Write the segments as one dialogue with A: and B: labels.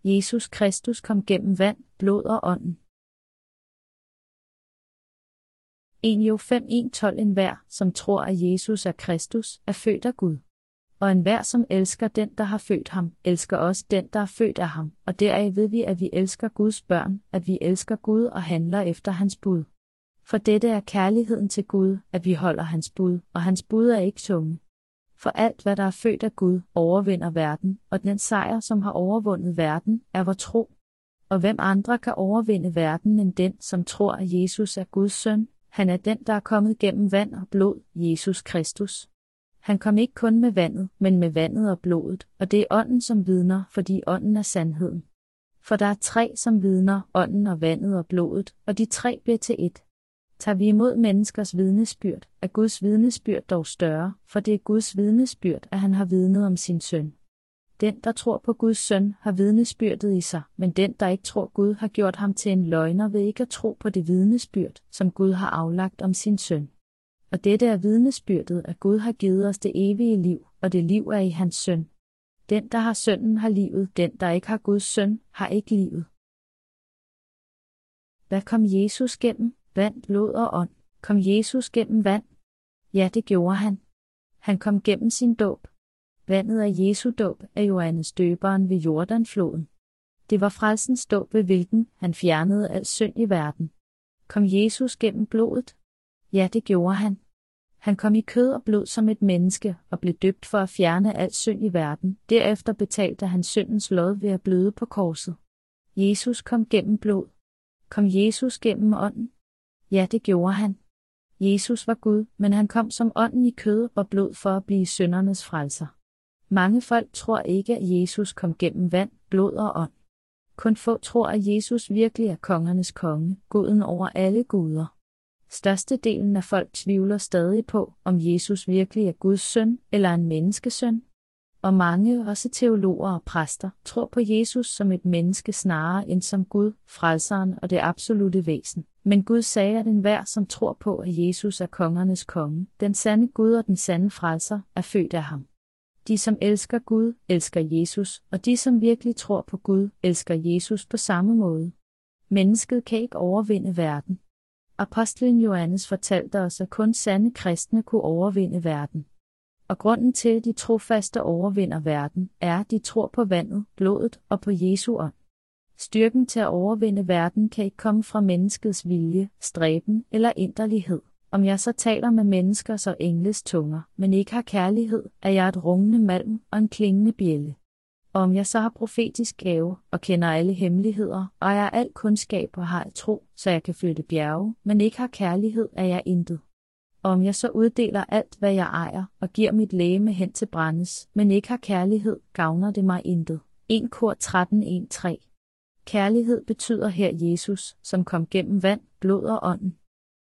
A: Jesus Kristus kom gennem vand, blod og ånden. 1 Jo 5:1-12 Enhver, som tror, at Jesus er Kristus, er født af Gud. Og enhver, som elsker den, der har født ham, elsker også den, der er født af ham. Og deraf ved vi, at vi elsker Guds børn, at vi elsker Gud og handler efter hans bud. For dette er kærligheden til Gud, at vi holder hans bud, og hans bud er ikke tunge. For alt, hvad der er født af Gud, overvinder verden, og den sejr, som har overvundet verden, er vor tro. Og hvem andre kan overvinde verden end den, som tror, at Jesus er Guds søn? Han er den, der er kommet gennem vand og blod, Jesus Kristus. Han kom ikke kun med vandet, men med vandet og blodet, og det er ånden, som vidner, fordi ånden er sandheden. For der er 3, som vidner, ånden og vandet og blodet, og de 3 bliver til ét. Tager vi imod menneskers vidnesbyrd, er Guds vidnesbyrd dog større, for det er Guds vidnesbyrd, at han har vidnet om sin søn. Den, der tror på Guds søn, har vidnesbyrdet i sig, men den, der ikke tror Gud, har gjort ham til en løgner ved ikke at tro på det vidnesbyrd, som Gud har aflagt om sin søn. Og dette er vidnesbyrdet, at Gud har givet os det evige liv, og det liv er i hans søn. Den, der har sønnen, har livet, den, der ikke har Guds søn, har ikke livet. Hvad kom Jesus gennem? Vand, blod og ånd. Kom Jesus gennem vand? Ja, det gjorde han. Han kom gennem sin dåb. Vandet af Jesu dåb af Johannes døberen ved Jordanfloden. Det var frelsens dåb, ved hvilken han fjernede al synd i verden. Kom Jesus gennem blodet? Ja, det gjorde han. Han kom i kød og blod som et menneske og blev døbt for at fjerne al synd i verden. Derefter betalte han syndens lod ved at bløde på korset. Jesus kom gennem blod. Kom Jesus gennem ånden? Ja, det gjorde han. Jesus var Gud, men han kom som ånden i kød og blod for at blive syndernes frelser. Mange folk tror ikke, at Jesus kom gennem vand, blod og ånd. Kun få tror, at Jesus virkelig er kongernes konge, guden over alle guder. Størstedelen af folk tvivler stadig på, om Jesus virkelig er Guds søn eller en menneskesøn. Og mange, også teologer og præster, tror på Jesus som et menneske snarere end som Gud, frelseren og det absolute væsen. Men Gud sagde, at enhver, som tror på, at Jesus er kongernes konge, den sande Gud og den sande frelser, er født af ham. De, som elsker Gud, elsker Jesus, og de, som virkelig tror på Gud, elsker Jesus på samme måde. Mennesket kan ikke overvinde verden. Apostlen Johannes fortalte os, at kun sande kristne kunne overvinde verden. Og grunden til, at de trofaste overvinder verden, er, at de tror på vandet, blodet og på Jesu ånd. Styrken til at overvinde verden kan ikke komme fra menneskets vilje, stræben eller inderlighed. Om jeg så taler med menneskers og engles tunger, men ikke har kærlighed, er jeg et rungende malm og en klingende bjælde. Og om jeg så har profetisk gave og kender alle hemmeligheder, og jeg al kundskab og har tro, så jeg kan flytte bjerge, men ikke har kærlighed, er jeg intet. Og om jeg så uddeler alt, hvad jeg ejer, og giver mit legeme hen til brændes, men ikke har kærlighed, gavner det mig intet. 1 Kor 13:1-3. Kærlighed betyder her Jesus, som kom gennem vand, blod og ånden.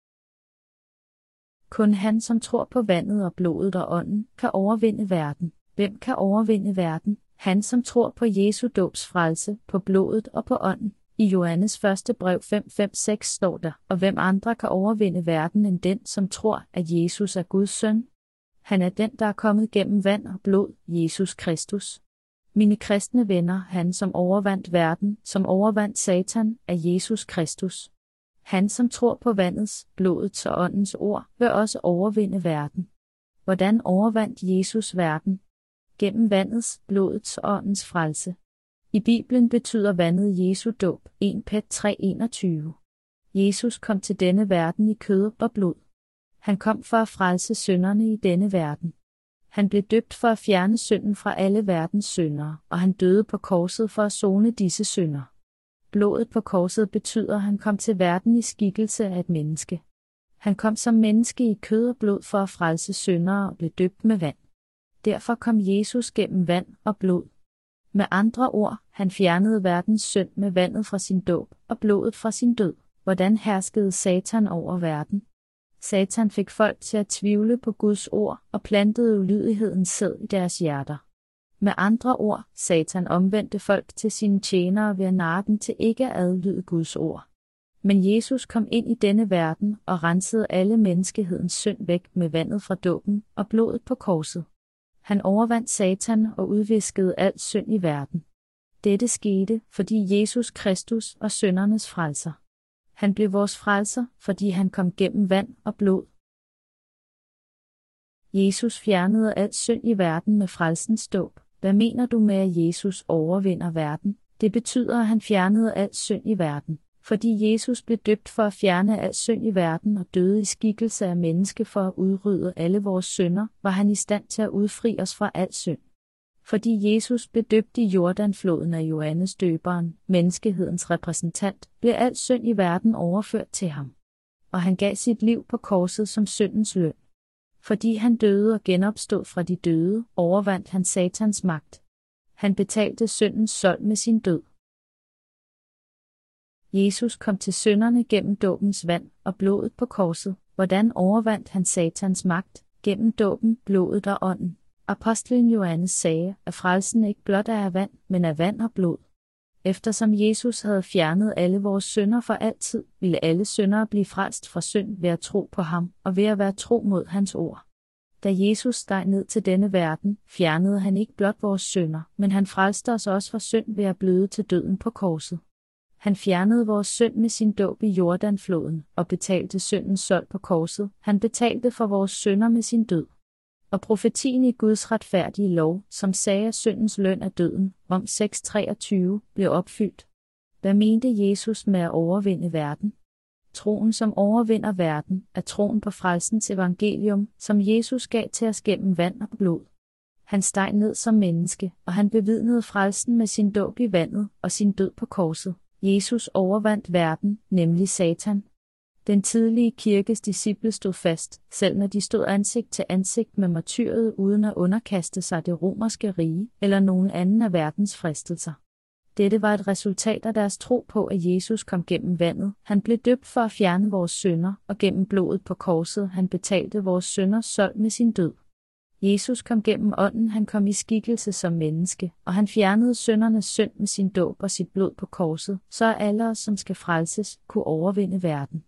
A: Kun han, som tror på vandet og blodet og ånden, kan overvinde verden. Hvem kan overvinde verden? Han, som tror på Jesu dåbs frelse, på blodet og på ånden. I Johannes første brev 5:5-6 står der, og hvem andre kan overvinde verden end den, som tror, at Jesus er Guds søn? Han er den, der er kommet gennem vand og blod, Jesus Kristus. Mine kristne venner, han som overvandt verden, som overvandt Satan, er Jesus Kristus. Han, som tror på vandets, blodets og åndens ord, vil også overvinde verden. Hvordan overvandt Jesus verden? Gennem vandets, blodets og åndens frelse. I Bibelen betyder vandet Jesu dåb, 1 Pet 3:21. Jesus kom til denne verden i kød og blod. Han kom for at frelse synderne i denne verden. Han blev døbt for at fjerne synden fra alle verdens syndere, og han døde på korset for at sone disse synder. Blodet på korset betyder, at han kom til verden i skikkelse af et menneske. Han kom som menneske i kød og blod for at frelse syndere og blev døbt med vand. Derfor kom Jesus gennem vand og blod. Med andre ord, han fjernede verdens synd med vandet fra sin dåb og blodet fra sin død. Hvordan herskede Satan over verden? Satan fik folk til at tvivle på Guds ord og plantede ulydighedens sæd i deres hjerter. Med andre ord, Satan omvendte folk til sine tjenere ved at narre dem til ikke at adlyde Guds ord. Men Jesus kom ind i denne verden og rensede alle menneskehedens synd væk med vandet fra dåben og blodet på korset. Han overvandt Satan og udviskede al synd i verden. Dette skete, fordi Jesus Kristus var syndernes frelser. Han blev vores frelser, fordi han kom gennem vand og blod. Jesus fjernede al synd i verden med frelsens dåb. Hvad mener du med, at Jesus overvinder verden? Det betyder, at han fjernede al synd i verden. Fordi Jesus blev døbt for at fjerne al synd i verden og døde i skikkelse af menneske for at udrydde alle vores synder, var han i stand til at udfri os fra al synd. Fordi Jesus blev døbt i Jordanfloden af Johannes Døberen, menneskehedens repræsentant, blev al synd i verden overført til ham. Og han gav sit liv på korset som syndens løn. Fordi han døde og genopstod fra de døde, overvandt han Satans magt. Han betalte syndens sold med sin død. Jesus kom til synderne gennem dåbens vand og blodet på korset. Hvordan overvandt han Satans magt? Gennem dåben, blodet og ånden. Apostlen Johannes sagde, at frelsen ikke blot er af vand, men af vand og blod. Eftersom Jesus havde fjernet alle vores synder for altid, ville alle syndere blive frelst fra synd ved at tro på ham og ved at være tro mod hans ord. Da Jesus steg ned til denne verden, fjernede han ikke blot vores synder, men han frelste os også fra synd ved at bløde til døden på korset. Han fjernede vores synd med sin dåb i Jordanfloden og betalte syndens sold på korset. Han betalte for vores synder med sin død. Og profetien i Guds retfærdige lov, som sagde, at syndens løn er døden, Rom 6:23, blev opfyldt. Hvad mente Jesus med at overvinde verden? Troen, som overvinder verden, er troen på frelsens evangelium, som Jesus gav til os gennem vand og blod. Han steg ned som menneske, og han bevidnede frelsen med sin dåb i vandet og sin død på korset. Jesus overvandt verden, nemlig Satan. Den tidlige kirkes disciple stod fast, selv når de stod ansigt til ansigt med martyriet uden at underkaste sig det romerske rige eller nogen anden af verdens fristelser. Dette var et resultat af deres tro på, at Jesus kom gennem vandet. Han blev døbt for at fjerne vores synder, og gennem blodet på korset han betalte vores synders sold med sin død. Jesus kom gennem ånden, han kom i skikkelse som menneske, og han fjernede syndernes synd med sin dåb og sit blod på korset, så alle os, som skal frelses, kunne overvinde verden.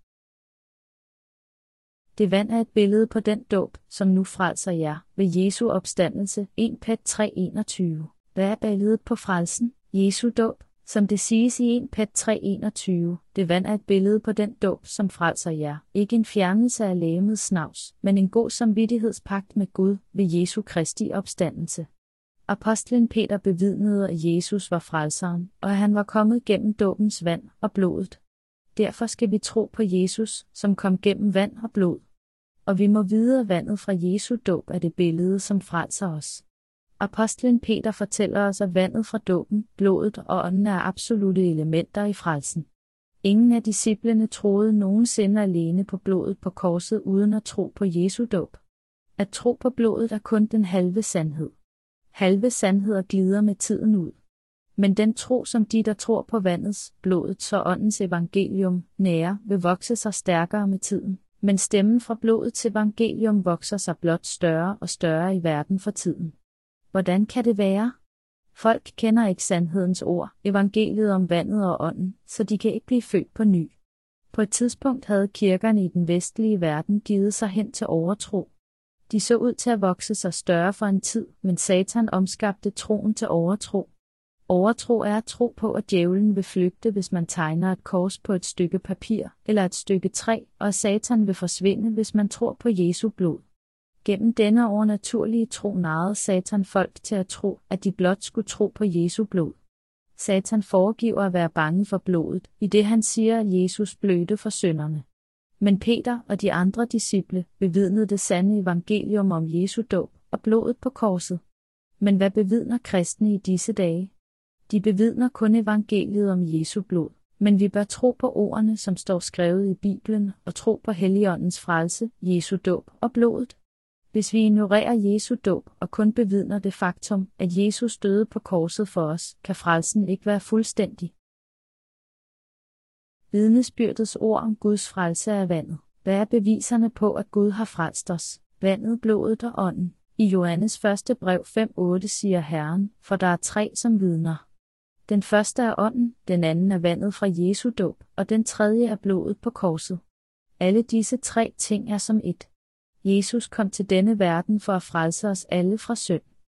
A: Det vand er et billede på den dåb, som nu frelser jer, ved Jesu opstandelse, 1 Pet 3:21. Hvad er billedet på frelsen? Jesu dåb, som det siges i 1 Pet 3:21. Det vand er et billede på den dåb, som frelser jer. Ikke en fjernelse af legemets snavs, men en god samvittighedspagt med Gud ved Jesu Kristi opstandelse. Apostlen Peter bevidnede, at Jesus var frelseren, og at han var kommet gennem dåbens vand og blodet. Derfor skal vi tro på Jesus, som kom gennem vand og blod. Og vi må vide, at vandet fra Jesu dåb er det billede, som frelser os. Apostlen Peter fortæller os, at vandet fra dåben, blodet og ånden er absolutte elementer i frelsen. Ingen af disciplene troede nogensinde alene på blodet på korset uden at tro på Jesu dåb. At tro på blodet er kun den halve sandhed. Halve sandheder glider med tiden ud. Men den tro, som de, der tror på vandets, blodets og åndens evangelium, nærer, vil vokse sig stærkere med tiden. Men stemmen fra blodets evangelium vokser sig blot større og større i verden for tiden. Hvordan kan det være? Folk kender ikke sandhedens ord, evangeliet om vandet og ånden, så de kan ikke blive født på ny. På et tidspunkt havde kirkerne i den vestlige verden givet sig hen til overtro. De så ud til at vokse sig større for en tid, men Satan omskabte troen til overtro. Overtro er at tro på, at djævlen vil flygte, hvis man tegner et kors på et stykke papir eller et stykke træ, og at Satan vil forsvinde, hvis man tror på Jesu blod. Gennem denne overnaturlige tro narrede Satan folk til at tro, at de blot skulle tro på Jesu blod. Satan foregiver at være bange for blodet, i det han siger, at Jesus blødte for synderne. Men Peter og de andre disciple bevidnede det sande evangelium om Jesu dåb og blodet på korset. Men hvad bevidner kristne i disse dage? De bevidner kun evangeliet om Jesu blod, men vi bør tro på ordene, som står skrevet i Bibelen, og tro på Helligåndens frelse, Jesu dåb og blodet. Hvis vi ignorerer Jesu dåb og kun bevidner det faktum, at Jesus døde på korset for os, kan frelsen ikke være fuldstændig. Vidnesbyrdets ord om Guds frelse er vandet. Hvad er beviserne på, at Gud har frelst os? Vandet, blodet og ånden. I Johannes første brev 5:8 siger Herren, for der er 3 som vidner. Den første er ånden, den anden er vandet fra Jesu dåb, og den tredje er blodet på korset. Alle disse 3 ting er som et. Jesus kom til denne verden for at frelse os alle fra synd.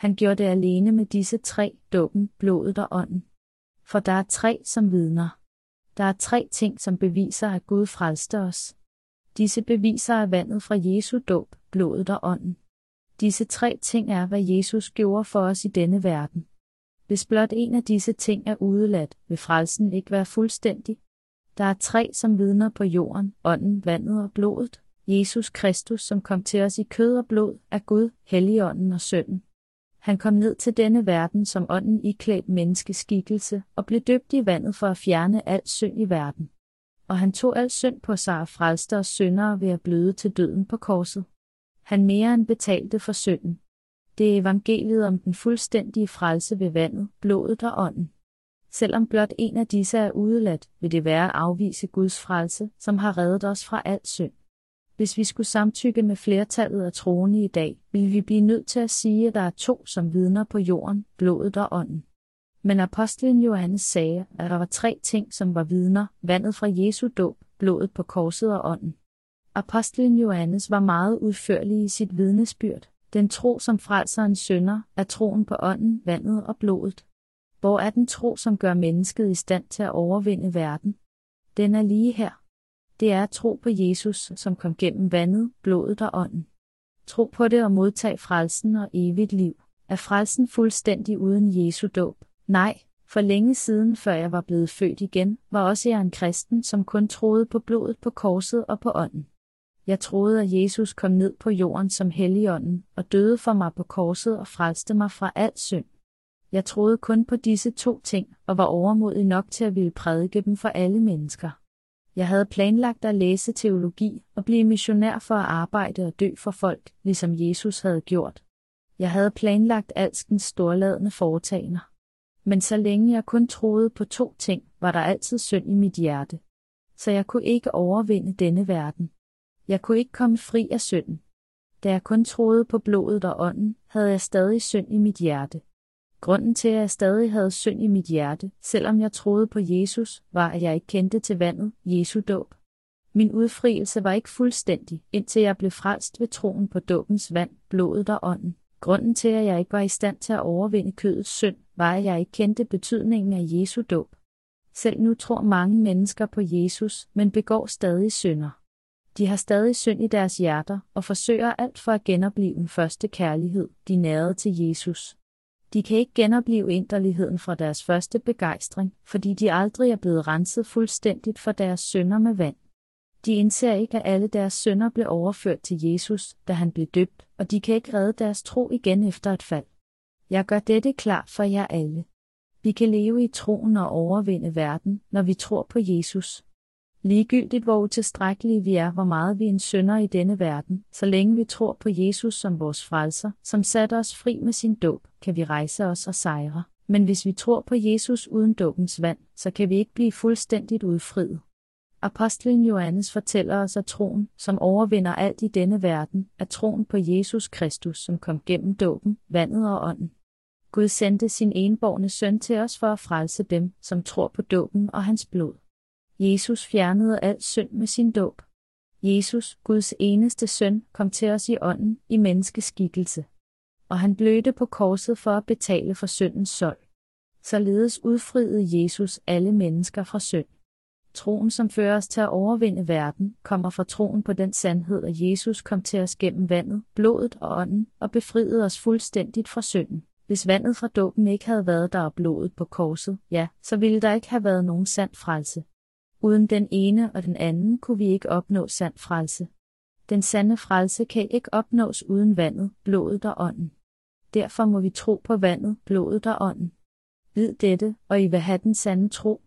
A: Han gjorde det alene med disse 3, dåben, blodet og ånden. For der er 3, som vidner. Der er 3 ting, som beviser, at Gud frelste os. Disse beviser er vandet fra Jesu dåb, blodet og ånden. Disse 3 ting er, hvad Jesus gjorde for os i denne verden. Hvis blot en af disse ting er udeladt, vil frelsen ikke være fuldstændig. Der er 3, som vidner på jorden, ånden, vandet og blodet. Jesus Kristus, som kom til os i kød og blod, er Gud, Helligånden og Sønnen. Han kom ned til denne verden som ånden iklædt menneskeskikkelse og blev døbt i vandet for at fjerne al synd i verden. Og han tog al synd på sig og frelste os syndere ved at bløde til døden på korset. Han mere end betalte for synden. Det er evangeliet om den fuldstændige frelse ved vandet, blodet og ånden. Selvom blot en af disse er udeladt, vil det være at afvise Guds frelse, som har reddet os fra al synd. Hvis vi skulle samtykke med flertallet af troende i dag, ville vi blive nødt til at sige, at der er 2, som vidner på jorden, blodet og ånden. Men apostlen Johannes sagde, at der var 3 ting, som var vidner, vandet fra Jesu dåb, blodet på korset og ånden. Apostlen Johannes var meget udførlig i sit vidnesbyrd. Den tro, som frelser en synder, er troen på ånden, vandet og blodet. Hvor er den tro, som gør mennesket i stand til at overvinde verden? Den er lige her. Det er at tro på Jesus, som kom gennem vandet, blodet og ånden. Tro på det og modtag frelsen og evigt liv. Er frelsen fuldstændig uden Jesu dåb? Nej, for længe siden, før jeg var blevet født igen, var også jeg en kristen, som kun troede på blodet på korset og på ånden. Jeg troede, at Jesus kom ned på jorden som Helligånden og døde for mig på korset og frelste mig fra al synd. Jeg troede kun på disse 2 ting og var overmodig nok til at ville prædike dem for alle mennesker. Jeg havde planlagt at læse teologi og blive missionær for at arbejde og dø for folk, ligesom Jesus havde gjort. Jeg havde planlagt alskens storladne foretagender. Men så længe jeg kun troede på 2 ting, var der altid synd i mit hjerte. Så jeg kunne ikke overvinde denne verden. Jeg kunne ikke komme fri af synden. Da jeg kun troede på blodet og ånden, havde jeg stadig synd i mit hjerte. Grunden til, at jeg stadig havde synd i mit hjerte, selvom jeg troede på Jesus, var, at jeg ikke kendte til vandet, Jesu dåb. Min udfrielse var ikke fuldstændig, indtil jeg blev frelst ved troen på dåbens vand, blodet og ånden. Grunden til, at jeg ikke var i stand til at overvinde kødets synd, var, at jeg ikke kendte betydningen af Jesu dåb. Selv nu tror mange mennesker på Jesus, men begår stadig synder. De har stadig synd i deres hjerter og forsøger alt for at genopleve den første kærlighed, de nærede til Jesus. De kan ikke genopleve inderligheden fra deres første begejstring, fordi de aldrig er blevet renset fuldstændigt for deres synder med vand. De indser ikke, at alle deres synder blev overført til Jesus, da han blev døbt, og de kan ikke redde deres tro igen efter et fald. Jeg gør dette klart for jer alle. Vi kan leve i troen og overvinde verden, når vi tror på Jesus. Ligegyldigt hvor utilstrækkelige vi er, hvor meget vi er en synder i denne verden, så længe vi tror på Jesus som vores frelser, som satte os fri med sin dåb, kan vi rejse os og sejre. Men hvis vi tror på Jesus uden dåbens vand, så kan vi ikke blive fuldstændigt udfriet. Apostlen Johannes fortæller os, at troen, som overvinder alt i denne verden, er troen på Jesus Kristus, som kom gennem dåben, vandet og ånden. Gud sendte sin enbårne søn til os for at frelse dem, som tror på dåben og hans blod. Jesus fjernede al synd med sin dåb. Jesus, Guds eneste søn, kom til os i ånden, i menneskeskikkelse. Og han blødte på korset for at betale for syndens sold. Således udfriede Jesus alle mennesker fra synd. Troen, som fører os til at overvinde verden, kommer fra troen på den sandhed, at Jesus kom til os gennem vandet, blodet og ånden, og befriede os fuldstændigt fra synden. Hvis vandet fra dåben ikke havde været der og blodet på korset, ja, så ville der ikke have været nogen sand frelse. Uden den ene og den anden kunne vi ikke opnå sand frelse. Den sande frelse kan ikke opnås uden vandet, blodet og ånden. Derfor må vi tro på vandet, blodet og ånden. Vid dette, og I vil have den sande tro.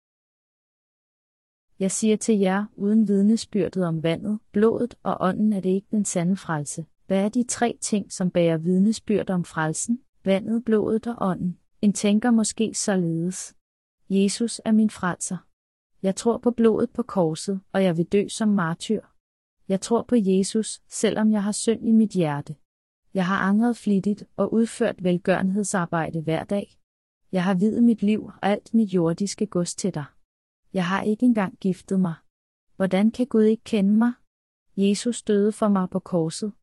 A: Jeg siger til jer, uden vidnesbyrdet om vandet, blodet og ånden er det ikke den sande frelse. Hvad er de 3 ting, som bærer vidnesbyrd om frelsen? Vandet, blodet og ånden. En tænker måske således. Jesus er min frelser. Jeg tror på blodet på korset, og jeg vil dø som martyr. Jeg tror på Jesus, selvom jeg har synd i mit hjerte. Jeg har angret flittigt og udført velgørenhedsarbejde hver dag. Jeg har viet mit liv og alt mit jordiske gods til dig. Jeg har ikke engang giftet mig. Hvordan kan Gud ikke kende mig? Jesus døde for mig på korset.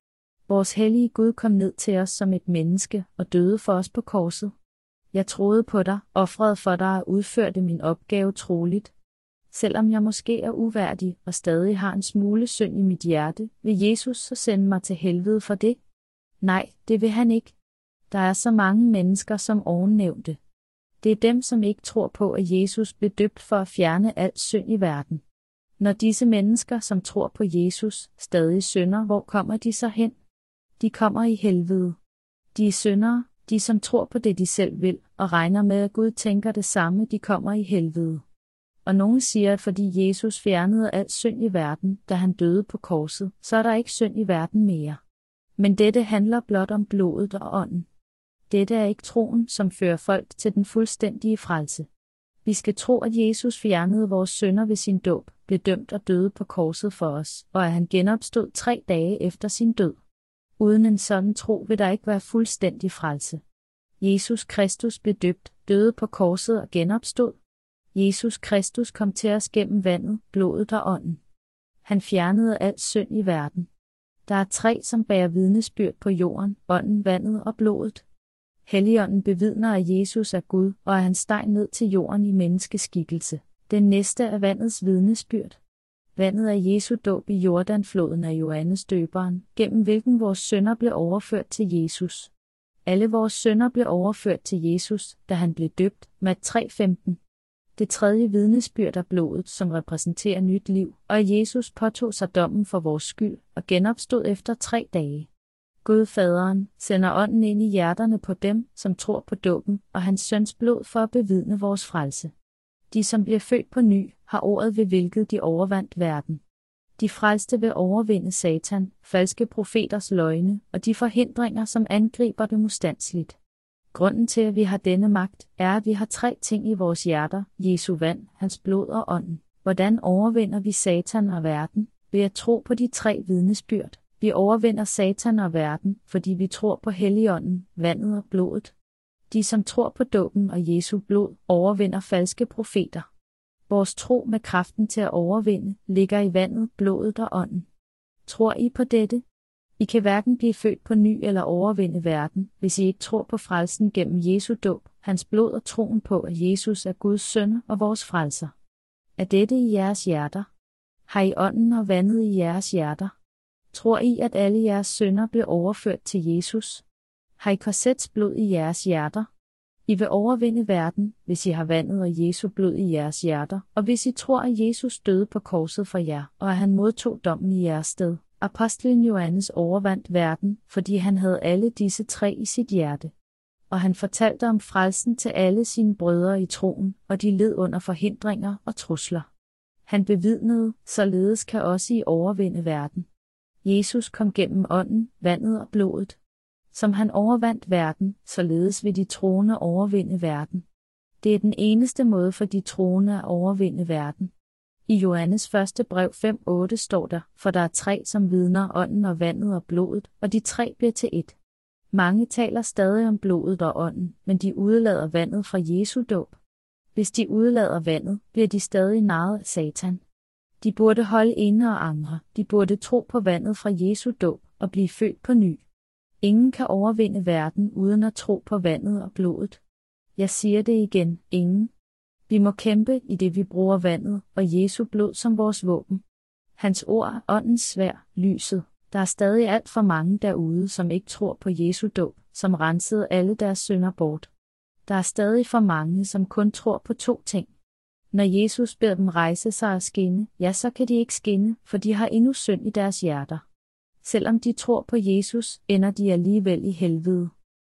A: Vores hellige Gud kom ned til os som et menneske og døde for os på korset. Jeg troede på dig, ofrede for dig og udførte min opgave troligt. Selvom jeg måske er uværdig og stadig har en smule synd i mit hjerte, vil Jesus så sende mig til helvede for det? Nej, det vil han ikke. Der er så mange mennesker som ovennævnte. Det er dem, som ikke tror på, at Jesus blev døbt for at fjerne al synd i verden. Når disse mennesker, som tror på Jesus, stadig synder, hvor kommer de så hen? De kommer i helvede. De er syndere, de som tror på det de selv vil, og regner med at Gud tænker det samme, de kommer i helvede. Og nogen siger, at fordi Jesus fjernede al synd i verden, da han døde på korset, så er der ikke synd i verden mere. Men dette handler blot om blodet og ånden. Dette er ikke troen, som fører folk til den fuldstændige frelse. Vi skal tro, at Jesus fjernede vores synder ved sin dåb, blev dømt og døde på korset for os, og at han genopstod 3 dage efter sin død. Uden en sådan tro vil der ikke være fuldstændig frelse. Jesus Kristus blev døbt, døde på korset og genopstod. Jesus Kristus kom til os gennem vandet, blodet og ånden. Han fjernede al synd i verden. Der er 3, som bærer vidnesbyrd på jorden, ånden, vandet og blodet. Helligånden bevidner, at Jesus er Gud, og at han steg ned til jorden i menneskeskikkelse. Den næste er vandets vidnesbyrd. Vandet er Jesu dåb i Jordanfloden af Johannes Døberen, gennem hvilken vores synder blev overført til Jesus. Alle vores synder blev overført til Jesus, da han blev døbt, Mat 3:15. Det tredje vidnesbyrd er blodet, som repræsenterer nyt liv, og Jesus påtog sig dommen for vores skyld og genopstod efter 3 dage. Gud Faderen sender ånden ind i hjerterne på dem, som tror på dåben og hans søns blod for at bevidne vores frelse. De, som bliver født på ny, har ordet ved hvilket de overvandt verden. De frelste vil overvinde Satan, falske profeters løgne og de forhindringer, som angriber dem ustandsligt. Grunden til, at vi har denne magt, er, at vi har 3 ting i vores hjerter, Jesu vand, hans blod og ånden. Hvordan overvinder vi Satan og verden? Ved at tro på de 3 vidnesbyrd. Vi overvinder Satan og verden, fordi vi tror på Helligånden, vandet og blodet. De, som tror på dåben og Jesu blod, overvinder falske profeter. Vores tro med kraften til at overvinde, ligger i vandet, blodet og ånden. Tror I på dette? I kan hverken blive født på ny eller overvinde verden, hvis I ikke tror på frelsen gennem Jesu dåb, hans blod og troen på, at Jesus er Guds søn og vores frelser. Er dette i jeres hjerter? Har I ånden og vandet i jeres hjerter? Tror I, at alle jeres synder blev overført til Jesus? Har I korsets blod i jeres hjerter? I vil overvinde verden, hvis I har vandet og Jesu blod i jeres hjerter, og hvis I tror, at Jesus døde på korset for jer, og at han modtog dommen i jeres sted. Apostlen Johannes overvandt verden, fordi han havde alle disse 3 i sit hjerte. Og han fortalte om frelsen til alle sine brødre i troen, og de led under forhindringer og trusler. Han bevidnede, således kan også I overvinde verden. Jesus kom gennem ånden, vandet og blodet. Som han overvandt verden, således vil de troende overvinde verden. Det er den eneste måde for de troende at overvinde verden. I Johannes 1. brev 5:8 står der, for der er 3, som vidner, ånden og vandet og blodet, og de 3 bliver til 1. Mange taler stadig om blodet og ånden, men de udelader vandet fra Jesu dåb. Hvis de udelader vandet, bliver de stadig narret af Satan. De burde holde inde og angre, de burde tro på vandet fra Jesu dåb og blive født på ny. Ingen kan overvinde verden uden at tro på vandet og blodet. Jeg siger det igen, ingen. Vi må kæmpe i det vi bruger vandet og Jesu blod som vores våben. Hans ord er åndens sværd, lyset. Der er stadig alt for mange derude, som ikke tror på Jesu dåb, som rensede alle deres synder bort. Der er stadig for mange, som kun tror på 2 ting. Når Jesus beder dem rejse sig og skinne, ja, så kan de ikke skinne, for de har endnu synd i deres hjerter. Selvom de tror på Jesus, ender de alligevel i helvede.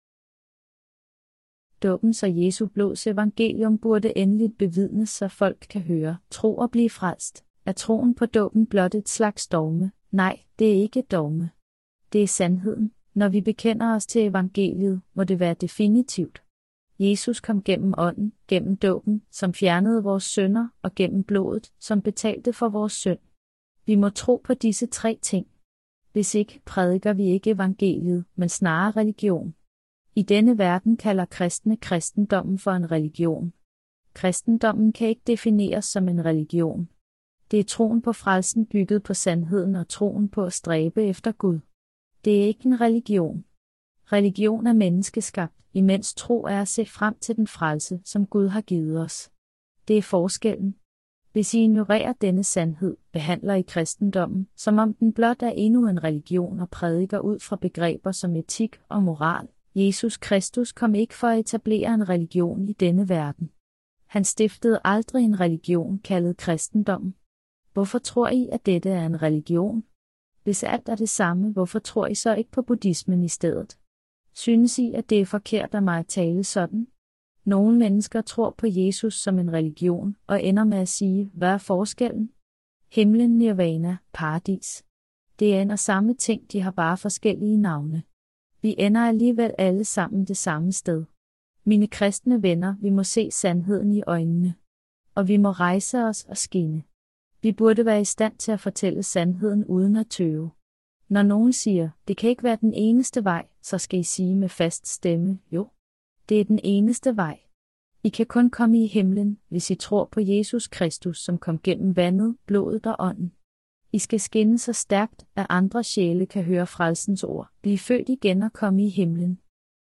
A: Dåbens og Jesu blods evangelium burde endeligt bevidnes, så folk kan høre, tro og blive frelst. Er troen på dåben blot et slags dogme? Nej, det er ikke et dogme. Det er sandheden. Når vi bekender os til evangeliet, må det være definitivt. Jesus kom gennem ånden, gennem dåben, som fjernede vores synder, og gennem blodet, som betalte for vores synd. Vi må tro på disse 3 ting. Hvis ikke, prædiker vi ikke evangeliet, men snarere religion. I denne verden kalder kristne kristendommen for en religion. Kristendommen kan ikke defineres som en religion. Det er troen på frelsen bygget på sandheden og troen på at stræbe efter Gud. Det er ikke en religion. Religion er menneskeskabt, imens tro er at se frem til den frelse, som Gud har givet os. Det er forskellen. Hvis I ignorerer denne sandhed, behandler I kristendommen, som om den blot er endnu en religion og prædiker ud fra begreber som etik og moral. Jesus Kristus kom ikke for at etablere en religion i denne verden. Han stiftede aldrig en religion kaldet kristendommen. Hvorfor tror I, at dette er en religion? Hvis alt er det samme, hvorfor tror I så ikke på buddhismen i stedet? Synes I, at det er forkert af mig at tale sådan? Nogle mennesker tror på Jesus som en religion, og ender med at sige, hvad er forskellen? Himlen, nirvana, paradis. Det er en og samme ting, de har bare forskellige navne. Vi ender alligevel alle sammen det samme sted. Mine kristne venner, vi må se sandheden i øjnene. Og vi må rejse os og skinne. Vi burde være i stand til at fortælle sandheden uden at tøve. Når nogen siger, det kan ikke være den eneste vej, så skal I sige med fast stemme, jo. Det er den eneste vej. I kan kun komme i himlen, hvis I tror på Jesus Kristus, som kom gennem vandet, blodet og ånden. I skal skinne så stærkt, at andre sjæle kan høre frelsens ord, blive født igen og komme i himlen.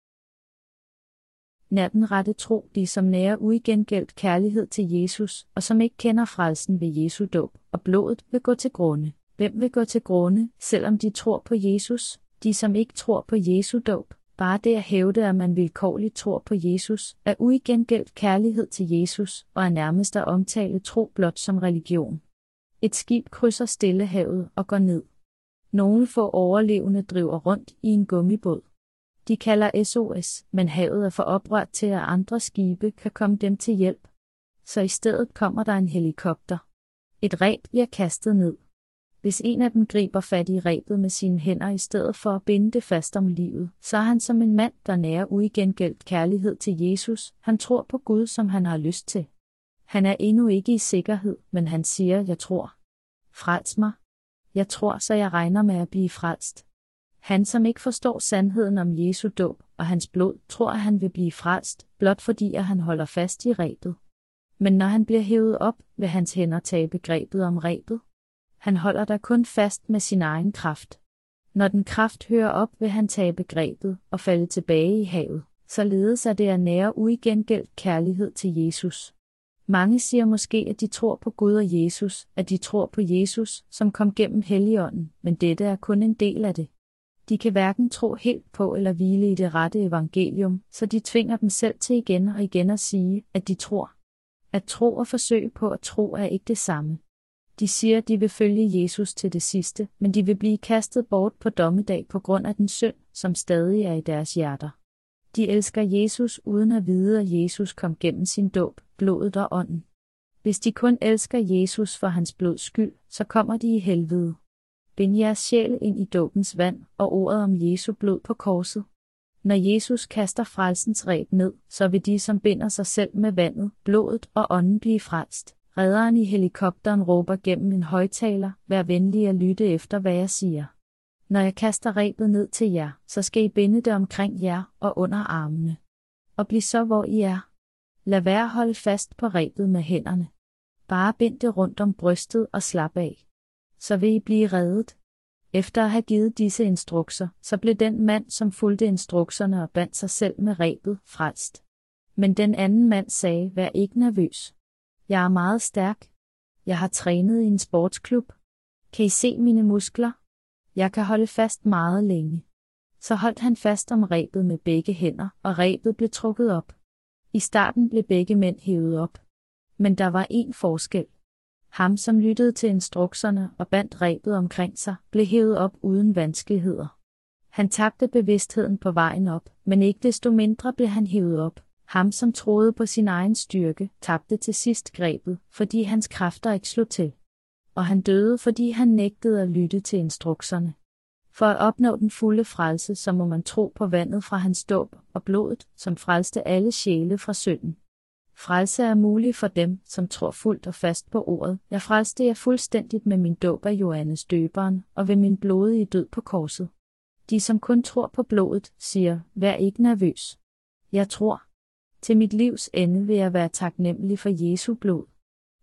A: Nær den rette tro, de som nærer uigengældt kærlighed til Jesus, og som ikke kender frelsen ved Jesu dåb, og blodet vil gå til grunde. Hvem vil gå til grunde, selvom de tror på Jesus? De som ikke tror på Jesu dåb. Bare det at hævde, at man vilkårligt tror på Jesus, er uigengældt kærlighed til Jesus, og er nærmest at omtale tro blot som religion. Et skib krydser Stillehavet og går ned. Nogle få overlevende driver rundt i en gummibåd. De kalder SOS, men havet er for oprørt til, at andre skibe kan komme dem til hjælp. Så i stedet kommer der en helikopter. Et reb bliver kastet ned. Hvis en af dem griber fat i rebet med sine hænder i stedet for at binde det fast om livet, så er han som en mand, der nærer uigengældt kærlighed til Jesus. Han tror på Gud, som han har lyst til. Han er endnu ikke i sikkerhed, men han siger, jeg tror. Frels mig. Jeg tror, så jeg regner med at blive frelst. Han, som ikke forstår sandheden om Jesu dåb og hans blod, tror, at han vil blive frelst, blot fordi at han holder fast i rebet. Men når han bliver hævet op, vil hans hænder tabe grebet om rebet. Han holder der kun fast med sin egen kraft. Når den kraft hører op, vil han tabe grebet og falde tilbage i havet. Således er det at nære uigengældt kærlighed til Jesus. Mange siger måske, at de tror på Gud og Jesus, at de tror på Jesus, som kom gennem Helligånden, men dette er kun en del af det. De kan hverken tro helt på eller hvile i det rette evangelium, så de tvinger dem selv til igen og igen at sige, at de tror. At tro og forsøge på at tro er ikke det samme. De siger, at de vil følge Jesus til det sidste, men de vil blive kastet bort på dommedag på grund af den synd, som stadig er i deres hjerter. De elsker Jesus uden at vide, at Jesus kom gennem sin dåb, blodet og ånden. Hvis de kun elsker Jesus for hans blods skyld, så kommer de i helvede. Bind jeres sjæl ind i dåbens vand og ordet om Jesu blod på korset. Når Jesus kaster frelsens reb ned, så vil de, som binder sig selv med vandet, blodet og ånden, blive frelst. Redderen i helikopteren råber gennem en højttaler, vær venlig at lytte efter, hvad jeg siger. Når jeg kaster rebet ned til jer, så skal I binde det omkring jer og under armene. Og bliv så, hvor I er. Lad være at holde fast på rebet med hænderne. Bare bind det rundt om brystet og slap af. Så vil I blive reddet. Efter at have givet disse instrukser, så blev den mand, som fulgte instrukserne og bandt sig selv med rebet, frelst. Men den anden mand sagde, vær ikke nervøs. Jeg er meget stærk. Jeg har trænet i en sportsklub. Kan I se mine muskler? Jeg kan holde fast meget længe. Så holdt han fast om rebet med begge hænder, og rebet blev trukket op. I starten blev begge mænd hævet op. Men der var en forskel. Ham, som lyttede til instrukserne og bandt rebet omkring sig, blev hævet op uden vanskeligheder. Han tabte bevidstheden på vejen op, men ikke desto mindre blev han hævet op. Ham, som troede på sin egen styrke, tabte til sidst grebet, fordi hans kræfter ikke slog til. Og han døde, fordi han nægtede at lytte til instrukserne. For at opnå den fulde frelse, så må man tro på vandet fra hans dåb og blodet, som frelste alle sjæle fra synden. Frelse er mulig for dem, som tror fuldt og fast på ordet. Jeg frelste jer fuldstændigt med min dåb af Johannes Døberen og ved min blodige død på korset. De, som kun tror på blodet, siger, vær ikke nervøs. Jeg tror. Til mit livs ende vil jeg være taknemmelig for Jesu blod.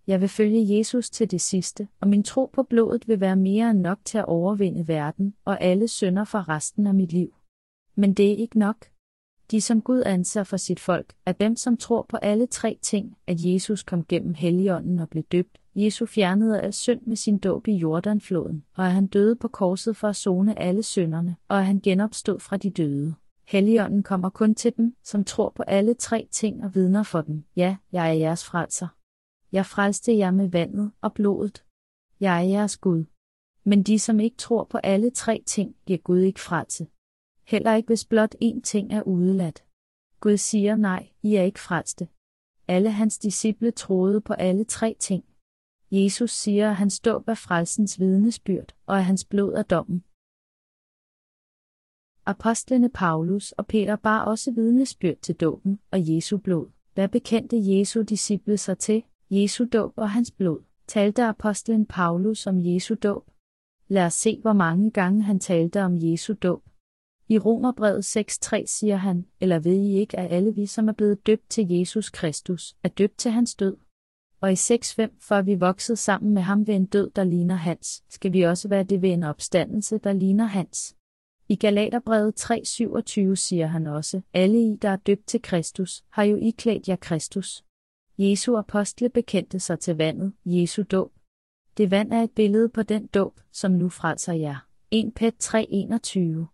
A: Jeg vil følge Jesus til det sidste, og min tro på blodet vil være mere end nok til at overvinde verden og alle synder for resten af mit liv. Men det er ikke nok. De, som Gud anser for sit folk, er dem, som tror på alle tre ting, at Jesus kom gennem Helligånden og blev døbt. Jesus fjernede al synd med sin dåb i Jordanfloden, og at han døde på korset for at sone alle synderne, og at han genopstod fra de døde. Helligånden kommer kun til dem, som tror på alle tre ting og vidner for dem. Ja, jeg er jeres frelser. Jeg frelste jer med vandet og blodet. Jeg er jeres Gud. Men de, som ikke tror på alle tre ting, giver Gud ikke frelse. Heller ikke hvis blot én ting er udeladt. Gud siger nej, I er ikke frelste. Alle hans disciple troede på alle tre ting. Jesus siger, at hans dåb er frelsens vidnesbyrd, og at hans blod er dommen. Apostlene Paulus og Peter bar også vidnesbyrd til dåben og Jesu blod. Hvad bekendte Jesu disciple sig til? Jesu dåb og hans blod. Talte apostlen Paulus om Jesu dåb? Lad os se, hvor mange gange han talte om Jesu dåb. I Romerbrevet 6:3 siger han, eller ved I ikke, at alle vi, som er blevet døbt til Jesus Kristus, er døbt til hans død? Og i 6:5, for vi voksede sammen med ham ved en død, der ligner hans, skal vi også være det ved en opstandelse, der ligner hans. I Galaterbrevet 3:27 siger han også, alle I, der er døbt til Kristus, har jo iklædt jer Kristus. Jesu apostle bekendte sig til vandet, Jesu dåb. Det vand er et billede på den dåb, som nu frelser jer. 1 Pet 3:21.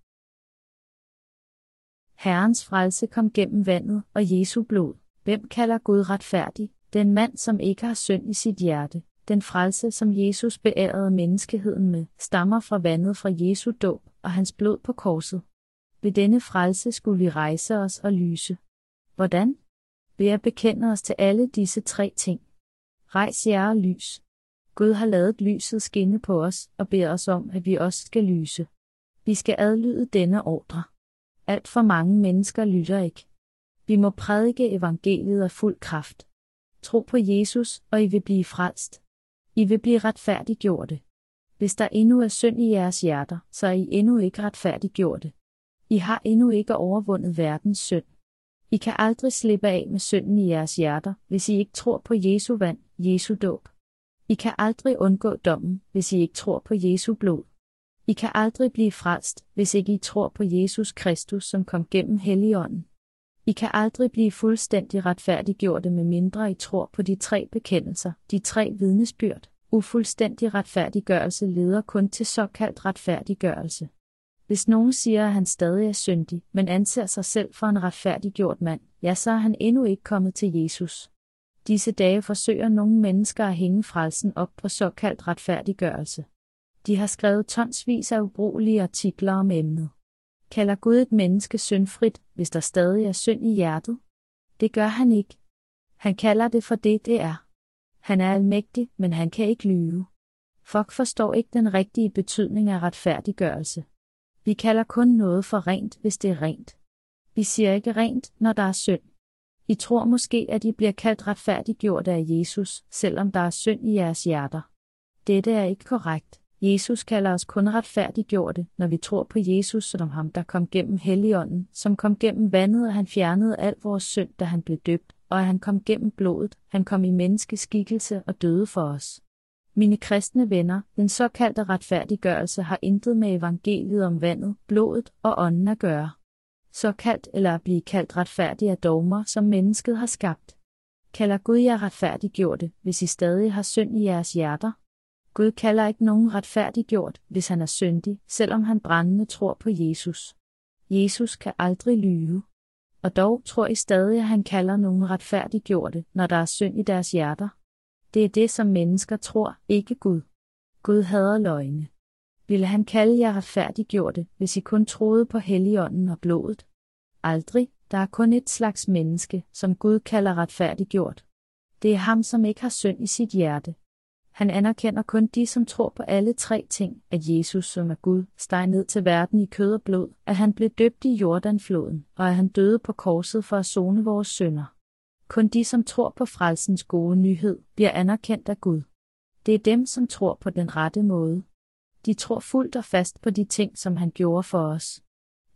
A: Herrens frelse kom gennem vandet og Jesu blod. Hvem kalder Gud retfærdig? Den mand, som ikke har synd i sit hjerte. Den frelse, som Jesus beærede menneskeheden med, stammer fra vandet fra Jesu dåb og hans blod på korset. Ved denne frelse skulle vi rejse os og lyse. Hvordan? Ved at bekende os til alle disse tre ting. Rejs jer og lys. Gud har ladet lyset skinne på os og beder os om, at vi også skal lyse. Vi skal adlyde denne ordre. Alt for mange mennesker lytter ikke. Vi må prædike evangeliet af fuld kraft. Tro på Jesus, og I vil blive frelst. I vil blive retfærdiggjorte. Hvis der endnu er synd i jeres hjerter, så er I endnu ikke retfærdiggjorte. I har endnu ikke overvundet verdens synd. I kan aldrig slippe af med synden i jeres hjerter, hvis I ikke tror på Jesu vand, Jesu dåb. I kan aldrig undgå dommen, hvis I ikke tror på Jesu blod. I kan aldrig blive frelst, hvis ikke I tror på Jesus Kristus, som kom gennem Helligånden. I kan aldrig blive fuldstændig retfærdiggjorte, med mindre I tror på de tre bekendelser, de tre vidnesbyrd. Ufuldstændig retfærdiggørelse leder kun til såkaldt retfærdiggørelse. Hvis nogen siger, at han stadig er syndig, men anser sig selv for en retfærdiggjort mand, ja, så er han endnu ikke kommet til Jesus. Disse dage forsøger nogle mennesker at hænge frelsen op på såkaldt retfærdiggørelse. De har skrevet tonsvis af ubrugelige artikler om emnet. Kalder Gud et menneske syndfrit, hvis der stadig er synd i hjertet? Det gør han ikke. Han kalder det for det, det er. Han er almægtig, men han kan ikke lyve. Folk forstår ikke den rigtige betydning af retfærdiggørelse. Vi kalder kun noget for rent, hvis det er rent. Vi siger ikke rent, når der er synd. I tror måske, at I bliver kaldt retfærdiggjorte af Jesus, selvom der er synd i jeres hjerter. Dette er ikke korrekt. Jesus kalder os kun retfærdiggjorte, når vi tror på Jesus som ham, der kom gennem Helligånden, som kom gennem vandet, og han fjernede al vores synd, da han blev døbt, og at han kom gennem blodet, han kom i menneskeskikkelse og døde for os. Mine kristne venner, den såkaldte retfærdiggørelse har intet med evangeliet om vandet, blodet og ånden at gøre. Såkaldt eller at blive kaldt retfærdig er dogmer, som mennesket har skabt. Kalder Gud jer retfærdiggjorte, hvis I stadig har synd i jeres hjerter? Gud kalder ikke nogen retfærdiggjort, hvis han er syndig, selvom han brændende tror på Jesus. Jesus kan aldrig lyve. Og dog tror I stadig, at han kalder nogen retfærdiggjorte, når der er synd i deres hjerter. Det er det, som mennesker tror, ikke Gud. Gud hader løgne. Ville han kalde jer retfærdiggjorte, hvis I kun troede på Helligånden og blodet? Aldrig, der er kun et slags menneske, som Gud kalder retfærdiggjort. Det er ham, som ikke har synd i sit hjerte. Han anerkender kun de, som tror på alle tre ting, at Jesus, som er Gud, steg ned til verden i kød og blod, at han blev døbt i Jordanfloden, og at han døde på korset for at sone vores synder. Kun de, som tror på frelsens gode nyhed, bliver anerkendt af Gud. Det er dem, som tror på den rette måde. De tror fuldt og fast på de ting, som han gjorde for os.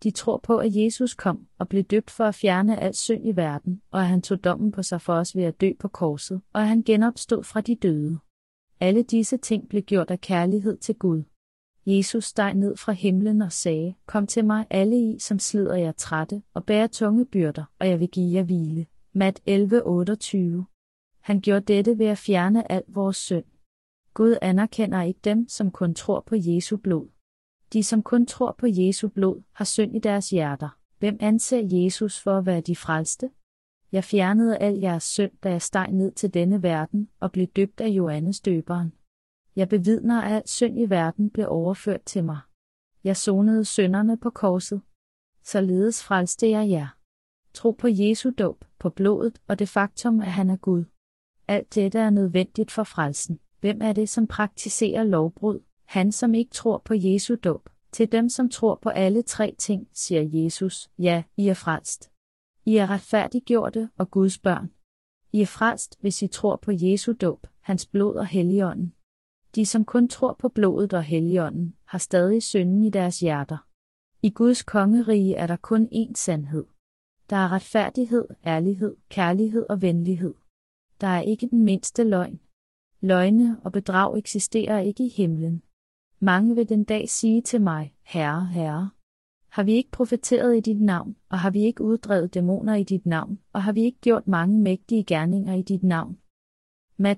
A: De tror på, at Jesus kom og blev døbt for at fjerne al synd i verden, og at han tog dommen på sig for os ved at dø på korset, og at han genopstod fra de døde. Alle disse ting blev gjort af kærlighed til Gud. Jesus steg ned fra himlen og sagde, kom til mig alle I, som slider jer trætte og bærer tunge byrder, og jeg vil give jer hvile. Mat 11:28. Han gjorde dette ved at fjerne al vores synd. Gud anerkender ikke dem, som kun tror på Jesu blod. De, som kun tror på Jesu blod, har synd i deres hjerter. Hvem anser Jesus for at være de frelste? Jeg fjernede al jeres synd, da jeg steg ned til denne verden og blev døbt af Johannes Døberen. Jeg bevidner, at al synd i verden blev overført til mig. Jeg sonede synderne på korset. Således frelste jeg jer. Tro på Jesu dåb, på blodet og det faktum, at han er Gud. Alt dette er nødvendigt for frelsen. Hvem er det, som praktiserer lovbrud? Han, som ikke tror på Jesu dåb. Til dem, som tror på alle tre ting, siger Jesus, ja, I er frelst. I er retfærdiggjorte og Guds børn. I er frelst, hvis I tror på Jesu dåb, hans blod og Helligånden. De, som kun tror på blodet og Helligånden, har stadig synden i deres hjerter. I Guds kongerige er der kun én sandhed. Der er retfærdighed, ærlighed, kærlighed og venlighed. Der er ikke den mindste løgn. Løgne og bedrag eksisterer ikke i himlen. Mange vil den dag sige til mig, Herre, Herre. Har vi ikke profeteret i dit navn, og har vi ikke uddrevet dæmoner i dit navn, og har vi ikke gjort mange mægtige gerninger i dit navn? Mat